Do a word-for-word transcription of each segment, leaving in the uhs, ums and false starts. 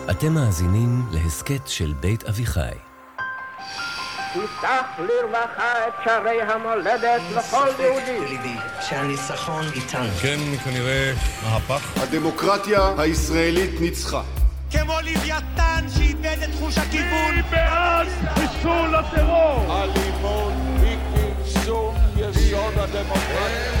אתם מאזינים להסכת של בית אביחי. תפתח לרווחה את שערי המולדת לכל יהודי. שהניצחון איתנו. כן, כנראה מהפך. הדמוקרטיה הישראלית ניצחה. כמו לוויתן שאיבד את חוש הכיוון. מי בעד חיסול הטרור? אלימות היא כרסום יסוד הדמוקרטיה.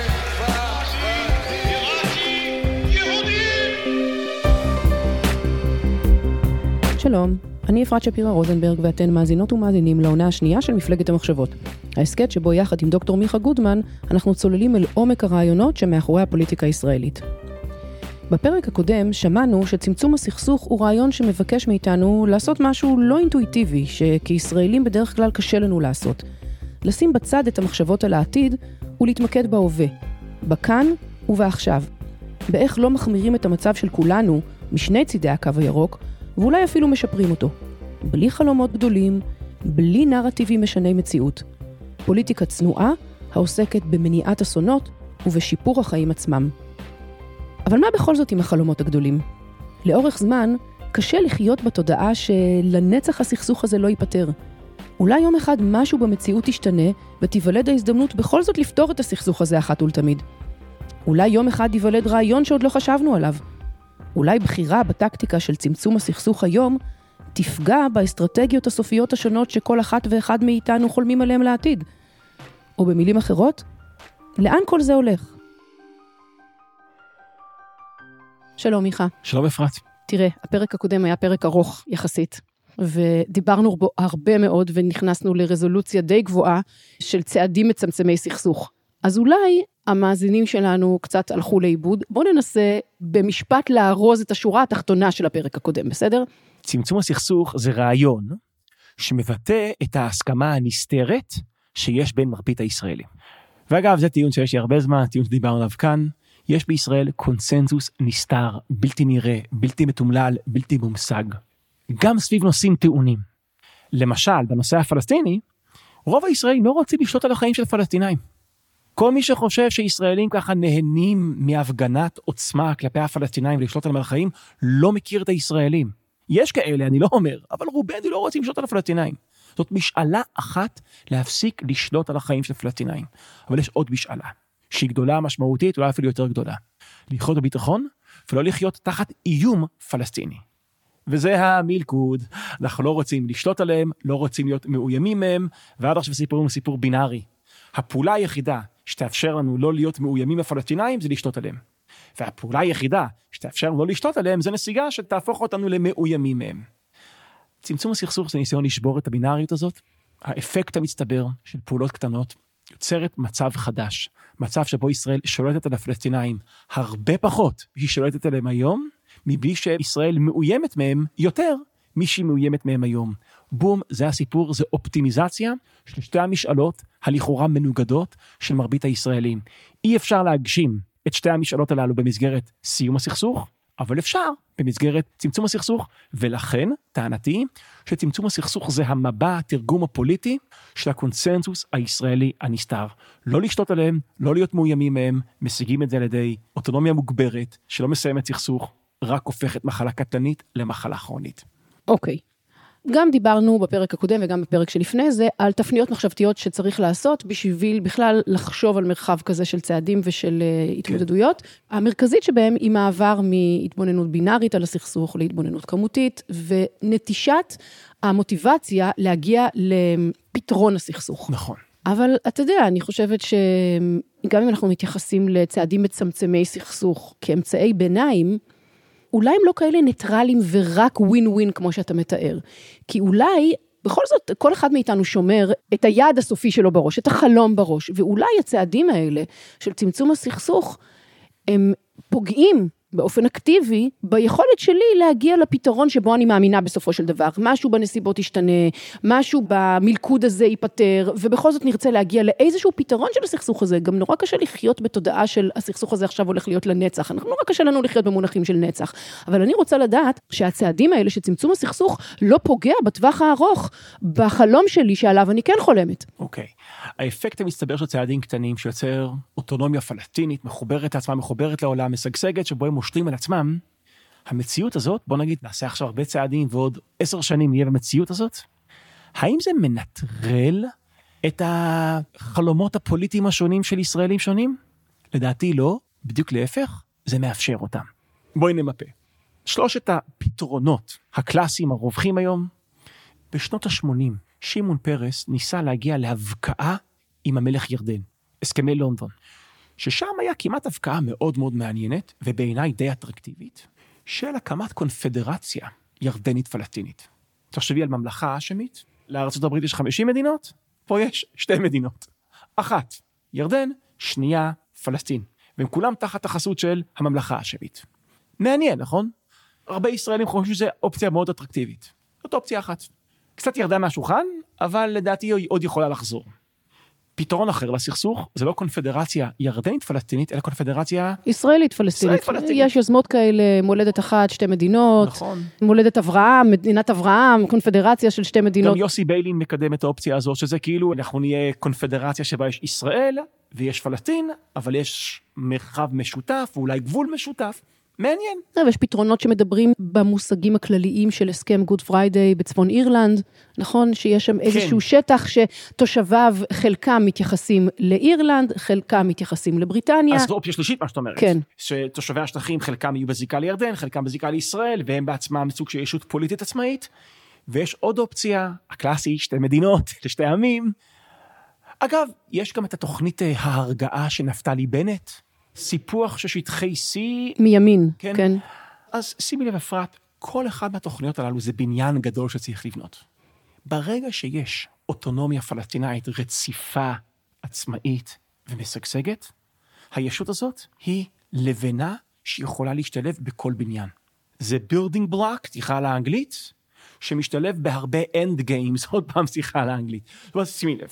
שלום, אני אפרת שפירה רוזנברג ואתן מאזינות ומאזינים לעונה השנייה של מפלגת המחשבות. ההסכת שבו יחד עם דוקטור מיכה גודמן אנחנו צוללים אל עומק הרעיונות שמאחורי הפוליטיקה הישראלית. בפרק הקודם שמענו שצמצום הסכסוך הוא רעיון שמבקש מאיתנו לעשות משהו לא אינטואיטיבי שכישראלים בדרך כלל קשה לנו לעשות. לשים בצד את המחשבות על העתיד ולהתמקד בהווה, בכאן ובעכשיו. באיך לא מחמירים את המצב של כולנו משני צידי הקו הירוק, ואולי אפילו משפרים אותו. בלי חלומות גדולים, בלי נרטיבים משני מציאות. פוליטיקה צנועה, העוסקת במניעת אסונות ובשיפור החיים עצמם. אבל מה בכל זאת עם החלומות הגדולים? לאורך זמן, קשה לחיות בתודעה שלנצח הסכסוך הזה לא ייפטר. אולי יום אחד משהו במציאות ישתנה, ותיוולד ההזדמנות בכל זאת לפתור את הסכסוך הזה אחת ולתמיד. אולי יום אחד ייוולד רעיון שעוד לא חשבנו עליו. אולי בחירה בטקטיקה של צמצום הסכסוך היום, תפגע באסטרטגיות הסופיות השונות שכל אחת ואחד מאיתנו חולמים עליהם לעתיד. או במילים אחרות, לאן כל זה הולך? שלום מיכה. שלום אפרת. תראה, הפרק הקודם היה פרק ארוך יחסית, ודיברנו בו הרבה מאוד ונכנסנו לרזולוציה די גבוהה של צעדים מצמצמי סכסוך. אז אולי המאזינים שלנו קצת הלכו לאיבוד. בואו ננסה במשפט להרוז את השורה התחתונה של הפרק הקודם, בסדר? צמצום הסכסוך זה רעיון שמבטא את ההסכמה הנסתרת שיש בין מרבית הישראלים. ואגב, זה טיעון שיש לי הרבה זמן, טיעון שדיברנו עליו כאן. יש בישראל קונסנזוס נסתר, בלתי נראה, בלתי מתומלל, בלתי מומשג. גם סביב נושאים טעונים. למשל, בנושא הפלסטיני, רוב הישראלים לא רוצים לשלוט על החיים של פלסטינאים. כל מי שחושב שישראלים ככה נהנים מהפגנת עוצמה כלפי הפלסטינאים ולשלוט על החיים, לא מכיר את הישראלים. יש כאלה, אני לא אומר, אבל רובנו לא רוצים לשלוט על הפלסטינאים. זאת משאלה אחת להפסיק לשלוט על החיים של הפלסטינאים. אבל יש עוד משאלה, שהיא גדולה, משמעותית, אולי אפילו יותר גדולה. לחיות בביטחון, ולא לחיות תחת איום פלסטיני. וזה המילכוד. אנחנו לא רוצים לשלוט עליהם, לא רוצים להיות מאוימים מהם, ועד עכשיו סיפור הוא סיפור בינארי. הפעולה היחידה שתאפשר לנו לא להיות מאוימים הפלסטינאים זה לשתות עליהם. והפעולה היחידה שתאפשר לנו לא לשתות עליהם זה נסיגה שתהפוך אותנו למאוימים מהם. צמצום הסכסוך זה ניסיון לשבור את הבינאריות הזאת. האפקט המצטבר של פעולות קטנות יוצרת מצב חדש. מצב שבו ישראל שולטת על הפלסטינאים הרבה פחות שהיא שולטת עליהם היום, מבלי שישראל מאוימת מהם יותר משהיא מאוימת מהם היום. בום, זה הסיפור, זה אופטימיזציה של שתי המשאלות הלכאורה מנוגדות של מרבית הישראלים. אי אפשר להגשים את שתי המשאלות הללו במסגרת סיום הסכסוך, אבל אפשר במסגרת צמצום הסכסוך, ולכן טענתי שצמצום הסכסוך זה המבע, התרגום הפוליטי של הקונסנזוס הישראלי הנסתר. לא לשתות עליהם, לא להיות מאוימים מהם, משיגים את זה על ידי אוטונומיה מוגברת, שלא מסיימת סכסוך, רק הופכת מחלה קטלנית למחלה כרונית. אוקיי. גם דיברנו בפרק הקודם וגם בפרק שלפני זה, על תפניות מחשבתיות שצריך לעשות בשביל בכלל לחשוב על מרחב כזה של צעדים ושל uh, התמודדויות. כן. המרכזית שבהם היא מעבר מהתבוננות בינארית על הסכסוך להתבוננות כמותית, ונטישת המוטיבציה להגיע לפתרון הסכסוך. נכון. אבל אתה יודע, אני חושבת שגם אם אנחנו מתייחסים לצעדים מצמצמי סכסוך כאמצעי ביניים, אולי הם לא כאלה ניטרלים ורק ווין ווין כמו שאתה מתאר. כי אולי, בכל זאת, כל אחד מאיתנו שומר את היעד הסופי שלו בראש, את החלום בראש, ואולי הצעדים האלה של צמצום הסכסוך, הם פוגעים באופן אקטיבי, ביכולת שלי להגיע לפתרון שבו אני מאמינה בסופו של דבר. משהו בנסיבות ישתנה, משהו במלכוד הזה ייפטר, ובכל זאת נרצה להגיע לאיזשהו פתרון של הסכסוך הזה. גם נורא קשה לחיות בתודעה של הסכסוך הזה עכשיו הולך להיות לנצח. אנחנו נורא קשה לנו לחיות במונחים של נצח. אבל אני רוצה לדעת שהצעדים האלה שצמצום הסכסוך לא פוגע בטווח הארוך, בחלום שלי שעליו אני כן חולמת. אוקיי. האפקט המצטבר של צעדים קטנים שיוצר אוטונומיה פלסטינית, מחוברת לעצמה, מחוברת לעולם, משגשגת, שבו הם מושלים על עצמם, המציאות הזאת, בוא נגיד, נעשה עכשיו הרבה צעדים ועוד עשר שנים נהיה במציאות הזאת, האם זה מנטרל את החלומות הפוליטיים השונים של ישראלים שונים? לדעתי לא, בדיוק להפך, זה מאפשר אותם. בואי נמפה. שלושת הפתרונות הקלאסיים הרווחים היום, בשנות ה-שמונים, שמעון פרס ניסה להגיע להבקעה עם המלך ירדן, הסכמי לונדון, ששם היה כמעט הבקעה מאוד מאוד מעניינת, ובעיניי די אטרקטיבית, של הקמת קונפדרציה ירדנית פלסטינית. תחשבי על ממלכה האשמית, לארצות הברית יש חמישים מדינות, פה יש שתי מדינות. אחת, ירדן, שנייה, פלסטין. והם כולם תחת החסות של הממלכה האשמית. מעניין, נכון? הרבה ישראלים חושבים שזו אופציה מאוד אטרקטיבית. זאת אופציה אחת. קצת ירדה מהשולחן, אבל לדעתי היא עוד יכולה לחזור. פתרון אחר לסכסוך, זה לא קונפדרציה ירדנית פלסטינית, אלא קונפדרציה ישראלית פלסטינית. יש יוזמות כאלה, מולדת אחת, שתי מדינות, נכון. מולדת אברהם, מדינת אברהם, קונפדרציה של שתי מדינות. גם יוסי ביילין מקדם את האופציה הזאת, שזה כאילו אנחנו נהיה קונפדרציה שבה יש ישראל, ויש פלסטין, אבל יש מרחב משותף, ואולי גבול משותף. מעניין. ויש פתרונות שמדברים במושגים הכלליים של הסכם גוד פריידיי בצפון אירלנד, נכון? שיש שם איזשהו שטח שתושביו חלקם מתייחסים לאירלנד, חלקם מתייחסים לבריטניה. אז זו אופציה שלישית מה שאת אומרת. כן. שתושבי השטחים חלקם יהיו בזיקה לירדן, חלקם בזיקה לישראל, והם בעצמם סוג של ישות פוליטית עצמאית. ויש עוד אופציה, הקלאסי, שתי מדינות, לשתי עמים. אגב, יש גם את התוכנית ההרגעה של נפתלי בנט, סיפוח ששטחי C. מימין, כן. כן. אז שימי לב אפרת, כל אחד מהתוכניות הללו זה בניין גדול שצריך לבנות. ברגע שיש אוטונומיה פלסטינאית רציפה, עצמאית ומשגשגת, הישות הזאת היא לבנה שיכולה להשתלב בכל בניין. זה building block, שיחה לאנגלית, שמשתלב בהרבה end games, עוד פעם שיחה לאנגלית. זאת אומרת, שימי לב.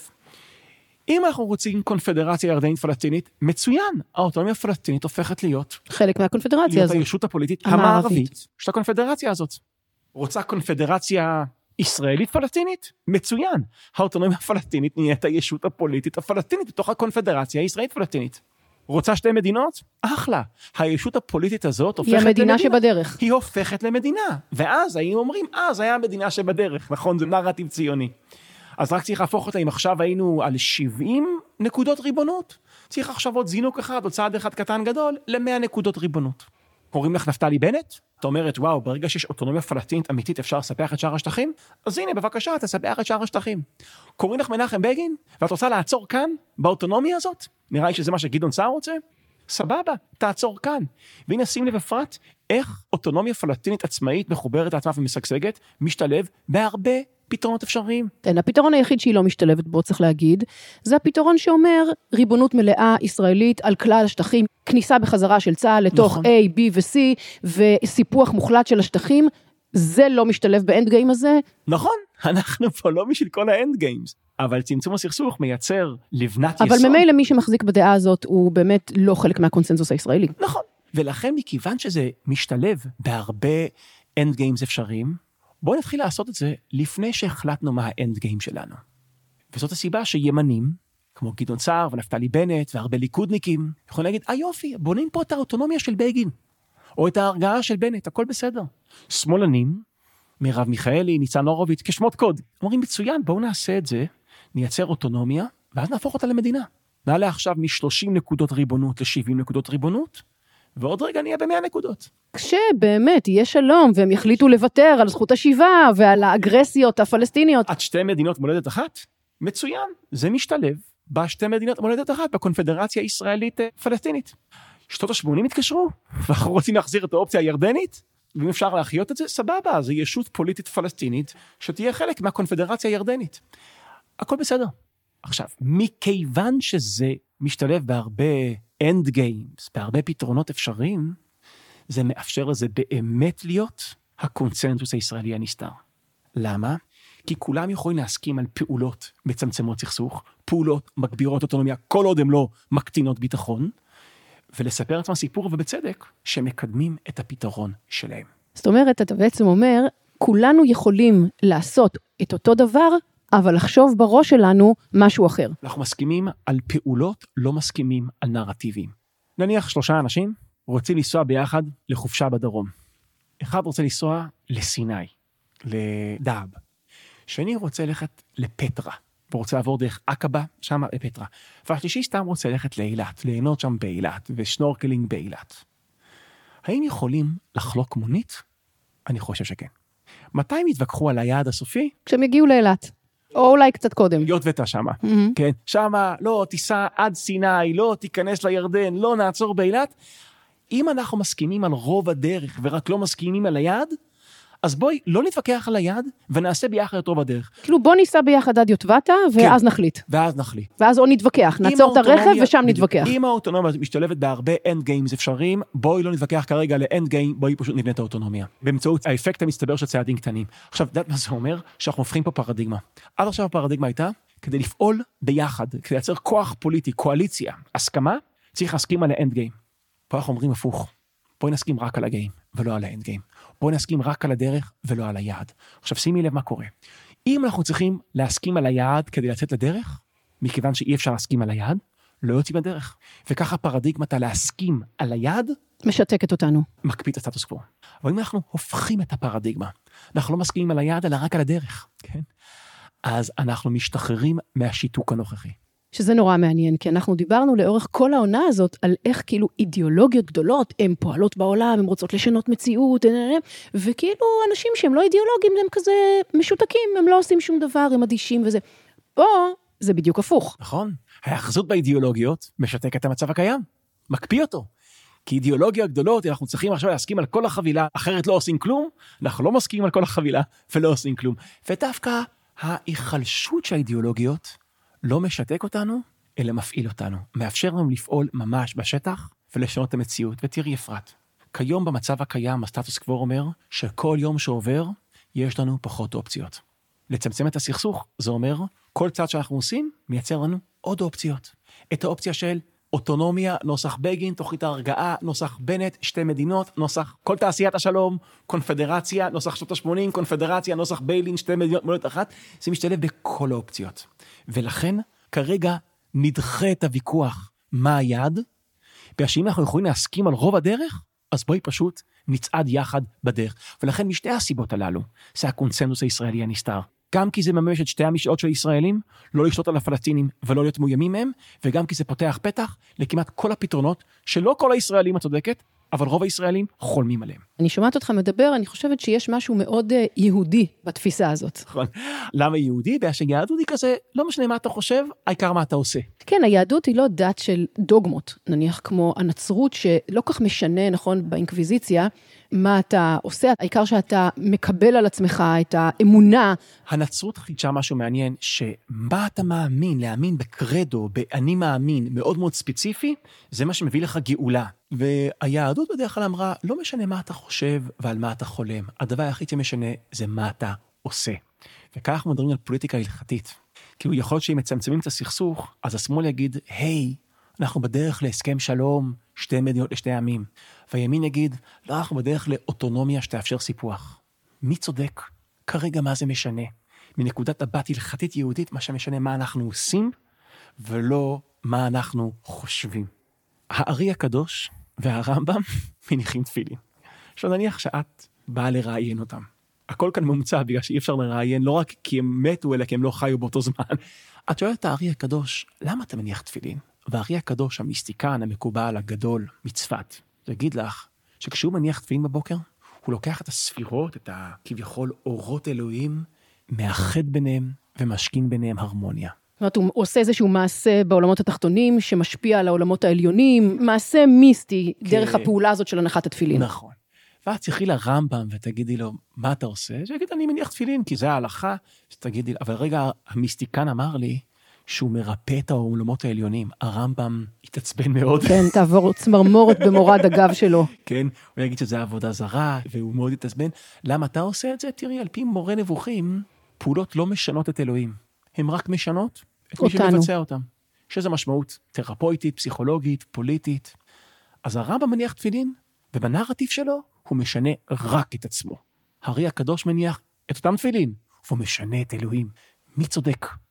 אם אנחנו רוצים קונפדרציה ירדנית פלסטינית, מצוין, האוטונומיה הפלסטינית הופכת להיות חלק מהקונפדרציה להיות הזאת. הישות הפוליטית המערבית של הקונפדרציה הזאת. רוצה קונפדרציה ישראלית פלסטינית? מצוין, האוטונומיה הפלסטינית נהיית הישות הפוליטית הפלסטינית בתוך הקונפדרציה הישראלית פלסטינית. רוצה שתי מדינות? אחלה. הישות הפוליטית הזאת הופכת למדינה. היא המדינה שבדרך. היא הופכת למדינה. ואז היינו אומרים, אה, זה היה המדינה שבדרך, נכון? זה נרטיב ציוני. אז רק צריך להפוך אותה, אם עכשיו היינו על שבעים נקודות ריבונות, צריך עכשיו עוד זינוק אחד, או צעד אחד קטן גדול, ל-מאה נקודות ריבונות. קוראים לך נפתלי בנט? את אומרת, וואו, ברגע שיש אוטונומיה פלסטינית אמיתית, אפשר לספח את שאר השטחים? אז הנה, בבקשה, תספח את שאר השטחים. קוראים לך מנחם בגין, ואת רוצה לעצור כאן, באוטונומיה הזאת? נראה לי שזה מה שגדעון סער רוצה? סבבה, תעצור כאן. והנה, שים לב אפרת, איך אוטונומיה פלסטינית עצמאית מחוברת לעצמה ומשגשגת, משתלב בהרבה פתרונות אפשריים. כן, הפתרון היחיד שהיא לא משתלבת בו, צריך להגיד, זה הפתרון שאומר ריבונות מלאה ישראלית על כלל השטחים, כניסה בחזרה של צה"ל לתוך נכון. A, B ו-C, וסיפוח מוחלט של השטחים, זה לא משתלב באנד גיים הזה. נכון, אנחנו פה לא בשביל כל האנד גיימס, אבל צמצום הסכסוך מייצר לבנת יסוד. אבל ממילא מי שמחזיק בדעה הזאת, הוא באמת לא חלק מהקונסנזוס הישראלי. נכון, ולכן מכיוון שזה משתלב בהרבה אנד גיימס אפשריים, בואו נתחיל לעשות את זה לפני שהחלטנו מה האנד גיים שלנו. וזאת הסיבה שימנים, כמו גדעון סער ונפתלי בנט והרבה ליכודניקים, יכולים להגיד, אה יופי, בונים פה את האוטונומיה של בגין, או את ההרגעה של בנט, הכל בסדר. שמאלנים, מרב מיכאלי, ניצן הורוביץ, כשמות קוד, אומרים מצוין, בואו נעשה את זה, נייצר אוטונומיה, ואז נהפוך אותה למדינה. נעלה עכשיו מ-שלושים נקודות ריבונות ל-שבעים נקודות ריבונות, ועוד רגע נהיה ב-מאה נקודות. כשבאמת יהיה שלום, והם יחליטו לוותר על זכות השיבה, ועל האגרסיות הפלסטיניות. עד שתי מדינות מולדת אחת? מצוין, זה משתלב בשתי מדינות מולדת אחת, בקונפדרציה הישראלית פלסטינית. שנות ה-שמונים התקשרו, ואנחנו רוצים להחזיר את האופציה הירדנית, ואם אפשר להחיות את זה, סבבה, זה ישות פוליטית פלסטינית, שתהיה חלק מהקונפדרציה הירדנית. הכל בסדר. עכשיו, מכיוון שזה משתלב בהרבה end games, בהרבה פתרונות אפשריים, זה מאפשר לזה באמת להיות הקונצנזוס הישראלי הנסתר. למה? כי כולם יכולים להסכים על פעולות מצמצמות סכסוך, פעולות מגבירות אוטונומיה, כל עוד הם לא מקטינות ביטחון, ולספר את הסיפור ובצדק, שמקדמים את הפתרון שלהם. זאת אומרת, אתה בעצם אומר, כולנו יכולים לעשות את אותו דבר, אבל לחשוב בראש שלנו משהו אחר. אנחנו מסכימים על פעולות, לא מסכימים על נרטיבים. נניח שלושה אנשים רוצים לנסוע ביחד לחופשה בדרום. אחד רוצה לנסוע לסיני, לדאב. שני רוצה ללכת לפטרה, הוא רוצה לעבור דרך עקבה, שם לפטרה. והשלישי סתם רוצה ללכת לאילת, ליהנות שם באילת, ושנורקלינג באילת. האם יכולים לחלוק מונית? אני חושב שכן. מתי הם יתווכחו על היעד הסופי? כשהם יגיעו לאילת. או אולי קצת קודם. להיות ותה שמה. Mm-hmm. כן, שמה לא תיסע עד סיני, לא תיכנס לירדן, לא נעצור באילת. אם אנחנו מסכימים על רוב הדרך, ורק לא מסכימים על היעד, אז בואי לא נתווכח על היעד, ונעשה ביחד את רוב הדרך. כאילו בוא ניסע ביחד עד יוטבתה, ואז כן. נחליט. ואז נחליט. ואז או נתווכח, נעצור את הרכב ושם נתווכח. אם האוטונומיה משתלבת בהרבה אנד גיימס אפשריים, בואי לא נתווכח כרגע לאנד גיים, בואי פשוט נבנה את האוטונומיה. באמצעות האפקט המצטבר של צעדים קטנים. עכשיו, דעת מה זה אומר? שאנחנו הופכים פה פרדיגמה. עד עכשיו הפרדיגמה הייתה, כדי לפעול ביחד, כדי לייצר כוח פוליטי, קואליציה, הסכמה, צריך להסכים על האנד גיים. פה אנחנו אומרים הפוך. בואי נסכים רק על הגיים, ולא על האנד גיים. בואי נסכים רק על הדרך, ולא על היעד. עכשיו, שימי לב מה קורה. אם אנחנו צריכים להסכים על היעד כדי לצאת לדרך, מכיוון שאי אפשר להסכים על היעד, לא יוצאים לדרך. וככה פרדיגמת להסכים על היעד, משתקת אותנו. מקפיא את הסטטוס קוו. אבל אם אנחנו הופכים את הפרדיגמה, אנחנו לא מסכימים על היעד, אלא רק על הדרך, כן? אז אנחנו משתחררים מהשיתוק הנוכחי. שזה נורא מעניין, כי אנחנו דיברנו לאורך כל העונה הזאת, על איך כאילו אידיאולוגיות גדולות, הן פועלות בעולם, הן רוצות לשנות מציאות, וכאילו אנשים שהם לא אידיאולוגים, הם כזה משותקים, הם לא עושים שום דבר, הם אדישים וזה. פה זה בדיוק הפוך. נכון, ההאחזות באידיאולוגיות משתק את המצב הקיים, מקפיא אותו. כי אידיאולוגיה גדולות, אנחנו צריכים עכשיו להסכים על כל החבילה, אחרת לא עושים כלום, אנחנו לא מסכימים על כל החבילה, ולא עושים כלום. ודווקא ההיחלשות של האידיאולוגיות, לא משתק אותנו, אלא מפעיל אותנו. מאפשר לנו לפעול ממש בשטח, ולשנות את המציאות. ותראי אפרת, כיום במצב הקיים, הסטטוס קוו אומר, שכל יום שעובר, יש לנו פחות אופציות. לצמצם את הסכסוך, זה אומר, כל צעד שאנחנו עושים, מייצר לנו עוד אופציות. את האופציה של אוטונומיה, נוסח בגין, תוכנית ההרגעה, נוסח בנט, שתי מדינות, נוסח כל תעשיית השלום, קונפדרציה, נוסח שנות ה-שמונים, קונפדרציה, נוסח ביילין, שתי מדינות, מדינות אחת, זה משתלב בכל האופציות. ולכן, כרגע נדחה את הוויכוח מה היעד, ואם אנחנו יכולים להסכים על רוב הדרך, אז בואי פשוט נצעד יחד בדרך. ולכן משתי הסיבות הללו, זה הקונסנזוס הישראלי הנסתר. גם כי זה ממש את שתי המשעות של ישראלים, לא לשלוט על הפלסטינים ולא להיות מאוימים מהם, וגם כי זה פותח פתח לכמעט כל הפתרונות, שלא כל הישראלים הצודקת, אבל רוב הישראלים חולמים עליהם. אני שומעת אותך מדבר, אני חושבת שיש משהו מאוד יהודי בתפיסה הזאת. נכון. למה יהודי? בגלל שיהדות היא כזה, לא משנה מה אתה חושב, העיקר מה אתה עושה. כן, היהדות היא לא דת של דוגמות, נניח כמו הנצרות, שלא כך משנה, נכון, באינקוויזיציה, מה אתה עושה, העיקר שאתה מקבל על עצמך את האמונה. הנצרות חידשה משהו מעניין, שמה אתה מאמין, להאמין בקרדו, באני מאמין, מאוד מאוד ספציפי, זה מה שמביא לך גאולה. והיהדות בדרך כלל אמרה, לא משנה מה אתה חושב ועל מה אתה חולם, הדבר היחיד שמשנה זה מה אתה עושה. וכך אנחנו מדברים על פוליטיקה הלכתית. כאילו יכול להיות שאם מצמצמים את הסכסוך, אז השמאל יגיד, היי, אנחנו בדרך להסכם שלום, שתי מדינות לשתי עמים. והימין יגיד, לא, אנחנו בדרך לאוטונומיה שתאפשר סיפוח. מי צודק? כרגע מה זה משנה? מנקודת הבת הלכתית יהודית, מה שמשנה מה אנחנו עושים, ולא מה אנחנו חושבים. הארי הקדוש והרמב"ם מניחים תפילין. עכשיו נניח שאת באה לראיין אותם. הכל כאן מומצא בגלל שאי אפשר לראיין, לא רק כי הם מתו, אלא כי הם לא חיו באותו זמן. את שואלת את הארי הקדוש, למה אתה מניח תפילין? והארי הקדוש, המיסטיקן, המקובל, הגדול, מצפת, יגיד לך שכשהוא מניח תפילין בבוקר, הוא לוקח את הספירות, את הכביכול אורות אלוהים, מאחד ביניהם ומשכין ביניהם הרמוניה. זאת אומרת, הוא עושה איזשהו מעשה בעולמות התחתונים, שמשפיע על העולמות העליונים, מעשה מיסטי, דרך הפעולה הזאת של הנחת התפילין. נכון. ואת תלכי לרמב"ם ותגידי לו, מה אתה עושה? שיגיד, אני מניח תפילין, כי זה ההלכה. שתגידי, אבל רגע, המיסטיקן אמר לי, שהוא מרפא את העולמות העליונים. הרמב"ם התעצבן מאוד. כן, תעבור צמרמורת במורד הגב שלו. כן, הוא יגיד שזה עבודה זרה, והוא מאוד התעצבן. למה אתה עושה את זה? תראי, על פי מורה נבוכים, פעולות לא משנות את אלוהים. הן רק משנות את מי שמבצע אותם. שזה משמעות תרפויטית, פסיכולוגית, פוליטית. אז הרמב"ם מניח תפילין, ובנרטיב שלו הוא משנה רק את עצמו. הארי הקדוש מניח את אותם תפילין, והוא משנה את אלוהים. מי צודק?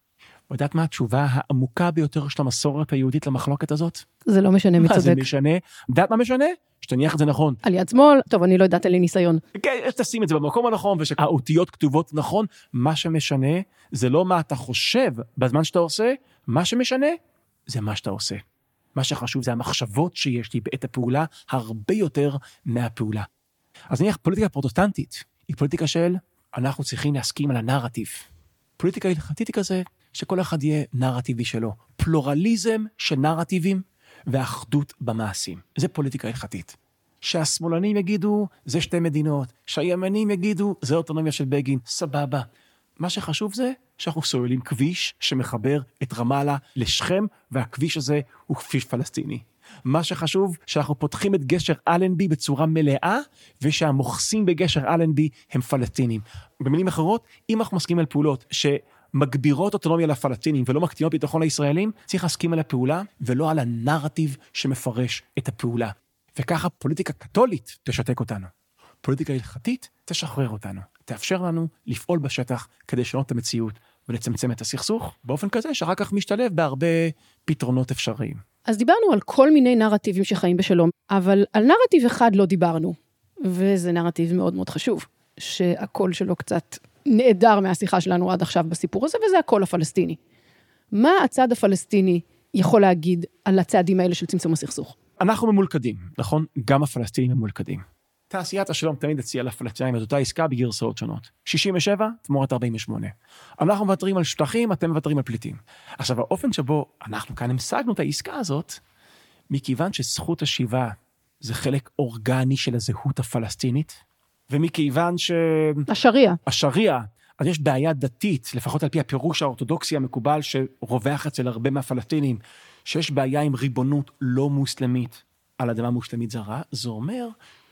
יודעת מה התשובה העמוקה ביותר של המסורת היהודית למחלוקת הזאת? זה לא משנה מי צודק. זה משנה. יודעת מה משנה? שתניח את זה נכון. על יד שמאל, טוב, אני לא יודעת, אין לי ניסיון. כן, תשים את זה במקום הנכון, ושהאותיות כתובות נכון. מה שמשנה, זה לא מה אתה חושב בזמן שאתה עושה, מה שמשנה, זה מה שאתה עושה. מה שחשוב זה המחשבות שיש לי בעת הפעולה, הרבה יותר מהפעולה. אז נניח, פוליטיקה פרוטסטנטית, היא פוליטיקה של, אנחנו צריכים להסכים על הנרטיב. פוליטיקה הלכתית היא כזה, שכל אחד יהיה נרטיבי שלו. פלורליזם של נרטיבים, ואחדות במעשים. זה פוליטיקה הלכתית. שהשמאלנים יגידו, זה שתי מדינות. שהימנים יגידו, זה אוטונומיה של בגין. סבבה. מה שחשוב זה, שאנחנו סוללים כביש שמחבר את רמאללה לשכם, והכביש הזה הוא כביש פלסטיני. מה שחשוב, שאנחנו פותחים את גשר אלנבי בצורה מלאה, ושהמוחסים בגשר אלנבי הם פלסטינים. במילים אחרות, אם אנחנו מסכימים על פעולות שמגבירות אוטונומיה לפלסטינים ולא מקטינות ביטחון לישראלים, צריך להסכים על הפעולה ולא על הנרטיב שמפרש את הפעולה. וככה פוליטיקה קתולית תשתק אותנו. פוליטיקה הלכתית תשחרר אותנו. תאפשר לנו לפעול בשטח כדי לשנות את המציאות ולצמצם את הסכסוך, באופן כזה שאחר כך משתלב בהרבה פתרונות אפשריים. אז דיברנו על כל מיני נרטיבים שחיים בשלום, אבל על נרטיב אחד לא דיברנו, וזה נרטיב מאוד מאוד חשוב, שהקול שלו קצת נעדר מהשיחה שלנו עד עכשיו בסיפור הזה, וזה הקול הפלסטיני. מה הצד הפלסטיני יכול להגיד על הצעדים האלה של צמצום הסכסוך? אנחנו ממולכדים, נכון? גם הפלסטינים ממולכדים. תעשיית השלום תמיד הציעה לפלסטינים את אותה עסקה בגרסאות שונות. שישים ושבע תמורת ארבעים ושמונה. אנחנו מוותרים על שטחים, אתם מוותרים על פליטים. עכשיו, האופן שבו אנחנו כאן המשגנו את העסקה הזאת, מכיוון שזכות השיבה זה חלק אורגני של הזהות הפלסטינית, ומכיוון ש... השריעה. השריעה, אז יש בעיה דתית, לפחות על פי הפירוש האורתודוקסי המקובל שרווח אצל הרבה מהפלסטינים, שיש בעיה עם ריבונות לא מוסלמית על אדמה מוסלמית זרה, זה אומר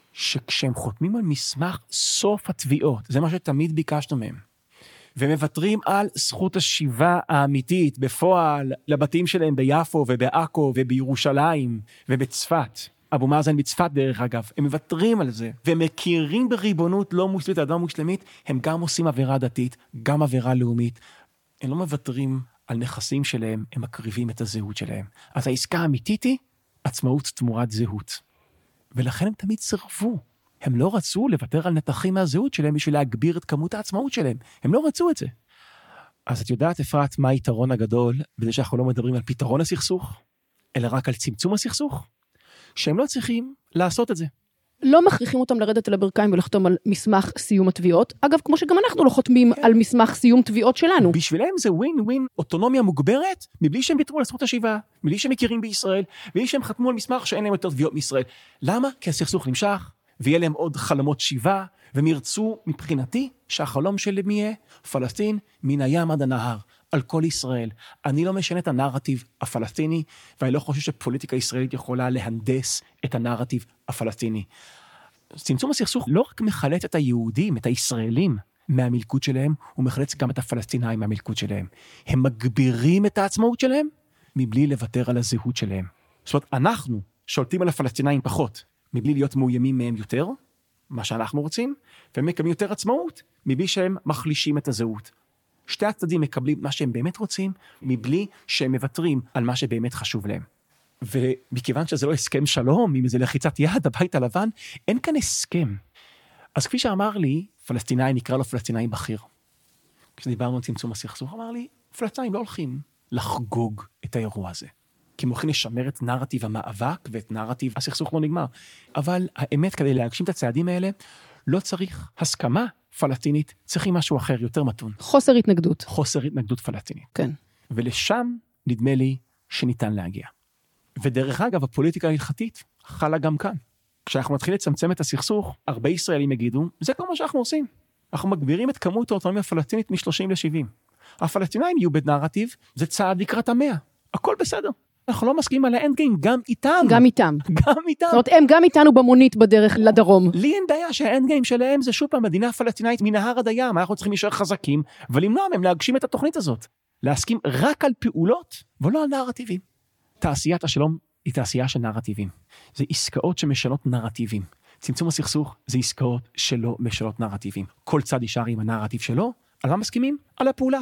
שכשהם חותמים על מסמך סוף התביעות, זה מה שתמיד ביקשנו מהם, ומוותרים על זכות השיבה האמיתית בפועל לבתים שלהם ביפו ובעכו ובירושלים ובצפת, אבו מאזן בצפת דרך אגב, הם מוותרים על זה, ומכירים בריבונות לא מוסלמית על אדמה מוסלמית, הם גם עושים עבירה דתית, גם עבירה לאומית, הם לא מוותרים על נכסים שלהם, הם מקריבים את הזהות שלהם. אז העסקה האמיתית היא עצמאות תמורת זהות. ולכן הם תמיד סרבו. הם לא רצו לוותר על נתחים מהזהות שלהם בשביל להגביר את כמות העצמאות שלהם. הם לא רצו את זה. אז את יודעת, אפרת, מה היתרון הגדול בזה שאנחנו לא מדברים על פתרון הסכסוך, אלא רק על צמצום הסכסוך? שהם לא צריכים לעשות את זה. לא מכריחים אותם לרדת על הברכיים ולחתום על מסמך סיום התביעות. אגב, כמו שגם אנחנו לא חותמים על מסמך סיום תביעות שלנו. בשבילם זה ווין ווין, אוטונומיה מוגברת, מבלי שהם ויתרו על זכות השיבה, מבלי שהם מכירים בישראל, מבלי שהם חתמו על מסמך שאין להם יותר תביעות מישראל. למה? כי הסכסוך נמשך, ויהיה להם עוד חלומות שיבה, והם ירצו מבחינתי שהחלום של מי יהיה פלסטין מן הים עד הנהר, על כל ישראל. אני לא משנה את הנרטיב הפלסטיני, ואני לא חושב שפוליטיקה ישראלית יכולה להנדס את הנרטיב הפלסטיני. צמצום הסכסוך לא רק מחלץ את היהודים, את הישראלים מהמלכות שלהם, הוא מחלץ גם את הפלסטינאים מהמלכות שלהם. הם מגבירים את העצמאות שלהם, מבלי לוותר על הזהות שלהם. זאת אומרת, אנחנו שולטים על הפלסטינאים פחות, מבלי להיות מאוימים מהם יותר, מה שאנחנו רוצים, והם מקבלים יותר עצמאות, מבלי שהם מחלישים את הזהות. שתי הצדדים מקבלים מה שהם באמת רוצים, מבלי שהם מוותרים על מה שבאמת חשוב להם. ומכיוון שזה לא הסכם שלום, אם זה לחיצת יד, הבית הלבן, אין כאן הסכם. אז כפי שאמר לי, פלסטינאי נקרא לו פלסטינאי בכיר. כשדיברנו על צמצום הסכסוך, אמר לי, פלסטינאים לא הולכים לחגוג את האירוע הזה. כי הם הולכים לשמר את נרטיב המאבק ואת נרטיב הסכסוך לא נגמר. אבל האמת, כדי להגשים את הצעדים האלה, לא צריך הסכמה פלסטינית, צריכים משהו אחר, יותר מתון. חוסר התנגדות. חוסר התנגדות פלסטינית. כן. ולשם נדמה לי שניתן להגיע. ודרך אגב, הפוליטיקה ההלכתית חלה גם כאן. כשאנחנו מתחילים לצמצם את הסכסוך, הרבה ישראלים יגידו, זה כל מה שאנחנו עושים. אנחנו מגבירים את כמות האוטונומיה הפלסטינית מ-שלושים ל-שבעים. הפלסטינאים יהיו בנרטיב, זה צעד לקראת המאה. הכל בסדר. אנחנו לא מסכימים על האנד גיים, גם איתם. גם איתם. גם איתם. זאת אומרת, הם גם איתנו במונית בדרך לדרום. לי אין דעה שהאנד גיים שלהם זה שוב פעם מדינה פלסטינאית מנהר עד הים. אנחנו צריכים להישאר חזקים ולמנוע מהם להגשים את התוכנית הזאת. להסכים רק על פעולות ולא על נרטיבים. תעשיית השלום היא תעשייה של נרטיבים. זה עסקאות שמשנות נרטיבים. צמצום הסכסוך זה עסקאות שלא משנות נרטיבים. כל צד ישר עם הנרטיב שלו, על מה מסכימים? על הפעולה עצמה.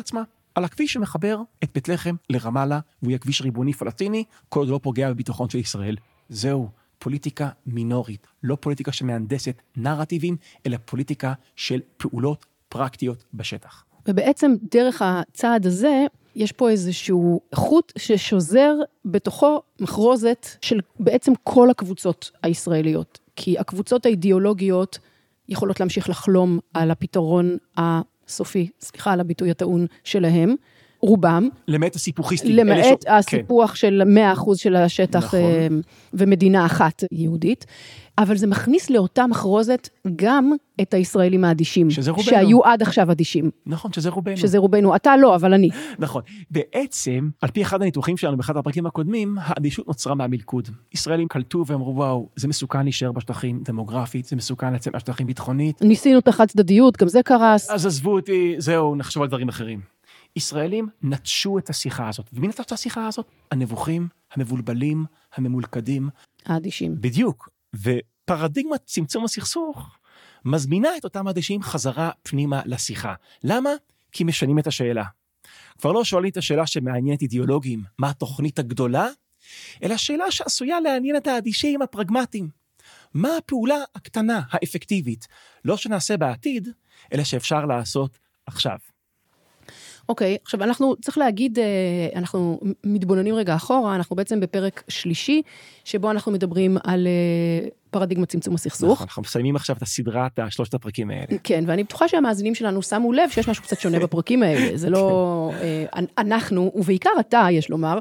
על הכביש שמחבר את בית לחם לרמאללה, והוא יהיה כביש ריבוני פלסטיני, כל עוד לא פוגע בביטחון של ישראל. זהו, פוליטיקה מינורית, לא פוליטיקה שמהנדסת נרטיבים, אלא פוליטיקה של פעולות פרקטיות בשטח. ובעצם דרך הצעד הזה, יש פה איזשהו חוט ששוזר בתוכו מחרוזת של בעצם כל הקבוצות הישראליות. כי הקבוצות האידיאולוגיות יכולות להמשיך לחלום על הפתרון הסופי, סליחה על הביטוי הטעון שלהם, רובם. למעט הסיפוחיסטים. למעט הסיפוח כן. של מאה אחוז של השטח נכון. ומדינה אחת יהודית. אבל זה מכניס לאותה מחרוזת גם את הישראלים האדישים. שזה רובנו. שהיו עד עכשיו אדישים. נכון, שזה רובנו. שזה רובנו. אתה לא, אבל אני. נכון. בעצם, על פי אחד הניתוחים שלנו, באחד הפרקים הקודמים, האדישות נוצרה מהמלכוד. ישראלים קלטו ואמרו, וואו, זה מסוכן להישאר בשטחים דמוגרפית, זה מסוכן לצאת מהשטחים ביטחונית. ניסינו את החד צדדיות, גם זה קרס. אז עזבו אותי, זהו, נחשוב על דברים אחרים. ישראלים נטשו את השיחה הזאת. ומי נטש את השיחה הזאת? הנבוכים, המבולבלים, הממולכדים. האדישים. בדיוק. ופרדיגמת צמצום הסכסוך מזמינה את אותם אדישים חזרה פנימה לשיחה. למה? כי משנים את השאלה. כבר לא שואלים את השאלה שמעניינת אידיאולוגים, מה התוכנית הגדולה, אלא שאלה שעשויה לעניין את האדישים הפרגמטיים. מה הפעולה הקטנה, האפקטיבית, לא שנעשה בעתיד, אלא שאפשר לעשות עכשיו. אוקיי, okay, עכשיו אנחנו צריך להגיד, אנחנו מתבוננים רגע אחורה, אנחנו בעצם בפרק שלישי, שבו אנחנו מדברים על פרדיגמת צמצום הסכסוך. נכון, אנחנו מסיימים עכשיו את הסדרת השלושת הפרקים האלה. כן, ואני בטוחה שהמאזינים שלנו שמו לב שיש משהו קצת שונה בפרקים האלה, זה לא, אנחנו, ובעיקר אתה, יש לומר,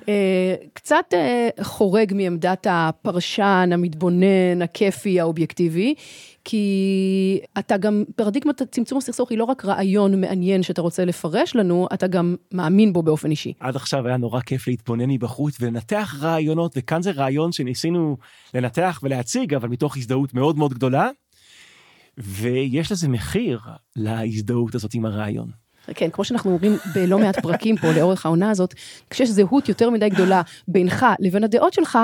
קצת חורג מעמדת הפרשן, המתבונן, הכיפי, האובייקטיבי, כי אתה גם, פרדיגמת צמצום הסכסוך היא לא רק רעיון מעניין שאתה רוצה לפרש לנו, אתה גם מאמין בו באופן אישי. עד עכשיו היה נורא כיף להתבונן מבחוץ ולנתח רעיונות, וכאן זה רעיון שניסינו לנתח ולהציג, אבל מתוך הזדהות מאוד מאוד גדולה, ויש לזה מחיר להזדהות הזאת עם הרעיון. כן, כמו שאנחנו אומרים בלא מעט פרקים פה לאורך העונה הזאת, כשיש זהות יותר מדי גדולה בינך לבין הדעות שלך,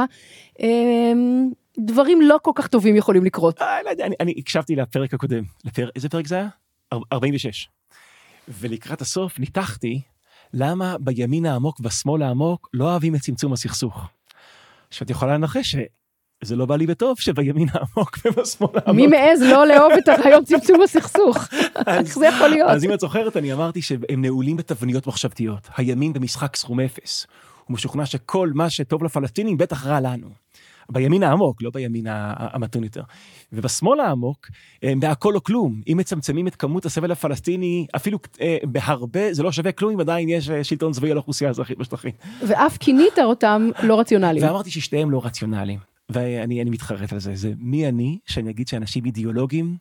דברים לא כל כך טובים יכולים לקרות. אני, אני הקשבתי לפרק הקודם. לפר... איזה פרק זה היה? ארבעים ושש. ולקראת הסוף ניתחתי למה בימין העמוק ובשמאל העמוק לא אוהבים את צמצום הסכסוך. שאת יכולה לנחש שזה לא בא לי בטוב שבימין העמוק ובשמאל העמוק. מי מעז לא לאהוב את הרעיון צמצום הסכסוך? איך זה יכול להיות? אז אם את זוכרת, אני אמרתי שהם נעולים בתבניות מחשבתיות. הימין במשחק סכום אפס. הוא משוכנע שכל מה שטוב לפלסטינים בטח רע לנו. בימין העמוק, לא בימין המתון יותר. ובשמאל העמוק, בהכל או כלום. אם מצמצמים את כמות הסבל הפלסטיני, אפילו בהרבה, זה לא שווה כלום, אם עדיין יש שלטון צבאי על האוכלוסייה האזרחית בשטחים. ואף כינית אותם לא רציונליים. ואמרתי ששתיהם לא רציונליים. ואני אני מתחרט על זה. זה מי אני, שאני אגיד שאנשים אידיאולוגיים,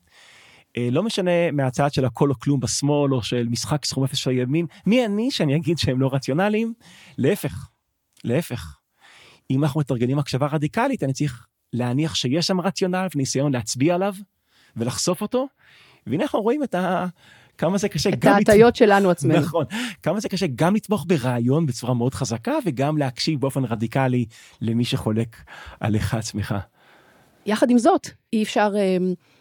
לא משנה מהצעד של הכל או כלום בשמאל, או של משחק סכום אפס של הימין, מי אני שאני אגיד שהם לא רציונליים? להפך. להפך. אם אנחנו מתרגלים הקשבה רדיקלית, אני צריך להניח שיש שם רציונל וניסיון להצביע עליו ולחשוף אותו, והנה אנחנו רואים את ה... כמה זה קשה את גם... את ההטיות שלנו עצמנו. נכון. כמה זה קשה גם לתמוך ברעיון בצורה מאוד חזקה, וגם להקשיב באופן רדיקלי למי שחולק עליך עצמך. יחד עם זאת, אי אפשר אה,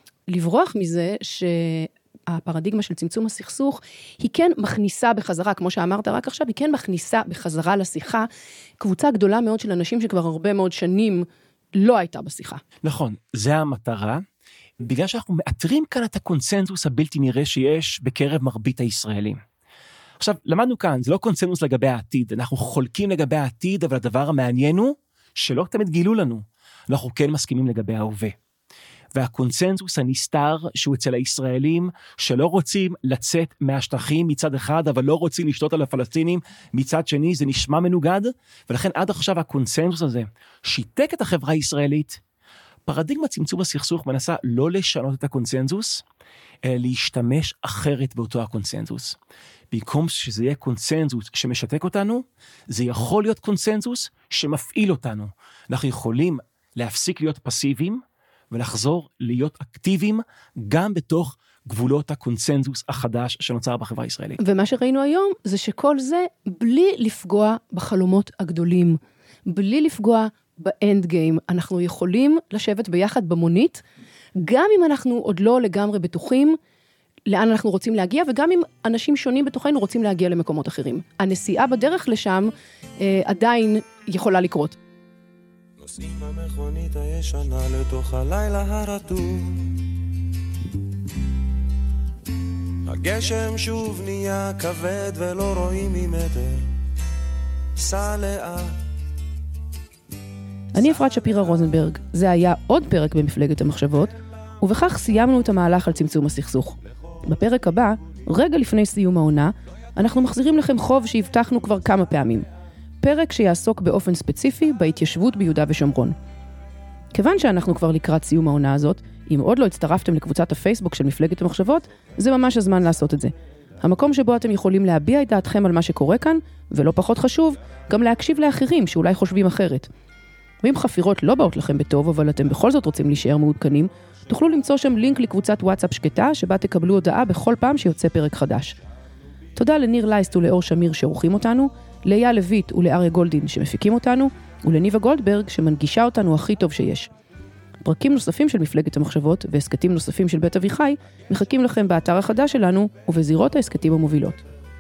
לברוח מזה ש... הפרדיגמה של צמצום הסכסוך, היא כן מכניסה בחזרה, כמו שאמרת רק עכשיו, היא כן מכניסה בחזרה לשיחה, קבוצה גדולה מאוד של אנשים שכבר הרבה מאוד שנים לא הייתה בשיחה. נכון, זה המטרה, בגלל שאנחנו מאתרים כאן את הקונסנזוס הבלתי נראה שיש בקרב מרבית הישראלים. עכשיו, למדנו כאן, זה לא קונסנזוס לגבי העתיד, אנחנו חולקים לגבי העתיד, אבל הדבר המעניין הוא שלא תמיד גילו לנו, אנחנו כן מסכימים לגבי ההווה. והקונסנזוס הנסתר שהוא אצל הישראלים שלא רוצים לצאת מהשטחים מצד אחד, אבל לא רוצים לשתות על הפלסטינים מצד שני, זה נשמע מנוגד, ולכן עד עכשיו הקונסנזוס הזה שיתק את החברה הישראלית. פרדיגמת צמצום הסכסוך מנסה לא לשנות את הקונסנזוס, אלא להשתמש אחרת באותו הקונסנזוס. במקום שזה יהיה קונסנזוס שמשתק אותנו, זה יכול להיות קונסנזוס שמפעיל אותנו. אנחנו יכולים להפסיק להיות פסיביים, ולחזור להיות אקטיביים גם בתוך גבולות הקונסנזוס החדש שנוצר בחברה הישראלית. ומה שראינו היום זה שכל זה בלי לפגוע בחלומות הגדולים, בלי לפגוע באנד גיים. אנחנו יכולים לשבת ביחד במונית, גם אם אנחנו עוד לא לגמרי בטוחים, לאן אנחנו רוצים להגיע, וגם אם אנשים שונים בתוכנו רוצים להגיע למקומות אחרים. הנסיעה בדרך לשם אה, עדיין יכולה לקרות. נוסעים המכונית הישנה לתוך הלילה הרטוב, הגשם שוב נהיה כבד ולא רואים ממטר, סע לאט. אני אפרת שפירא רוזנברג, זה היה עוד פרק במפלגת המחשבות, ובכך סיימנו את המהלך על צמצום הסכסוך. בפרק הבא, רגע לפני סיום העונה, אנחנו מחזירים לכם חוב שהבטחנו כבר כמה פעמים. פרק שיעסוק באופן ספציפי בהתיישבות ביהודה ושומרון. כיוון שאנחנו כבר לקראת סיום העונה הזאת, אם עוד לא הצטרפתם לקבוצת הפייסבוק של מפלגת המחשבות, זה ממש הזמן לעשות את זה. המקום שבו אתם יכולים להביע את דעתכם על מה שקורה כאן, ולא פחות חשוב, גם להקשיב לאחרים שאולי חושבים אחרת. ואם חפירות לא באות לכם בטוב, אבל אתם בכל זאת רוצים להישאר מעודכנים, תוכלו למצוא שם לינק לקבוצת וואטסאפ שקטה, שבה תקבלו הודעה בכל פעם שיוצא פרק חדש. תודה לניר לייסט ולאור שמיר שעורכים אותנו, לאייל לויט ולאריה גולדין שמפיקים אותנו, ולניבה גולדברג שמנגישה אותנו הכי טוב שיש. פרקים נוספים של מפלגת המחשבות והסקטים נוספים של בית אביחי מחכים לכם באתר החדש שלנו ובזירות ההסקטים המובילות.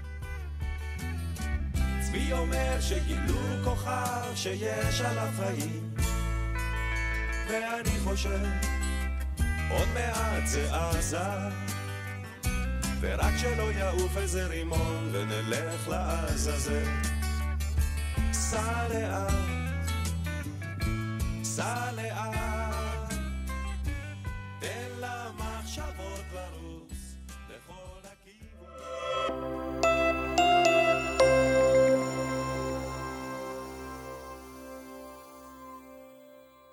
צבי אומר שגילו כוכב שיש על החיים, ואני חושב עוד מעט זה עזה, ורק שלא יעוף איזה רימון ונלך לעזאזל. סע לאט, סע לאט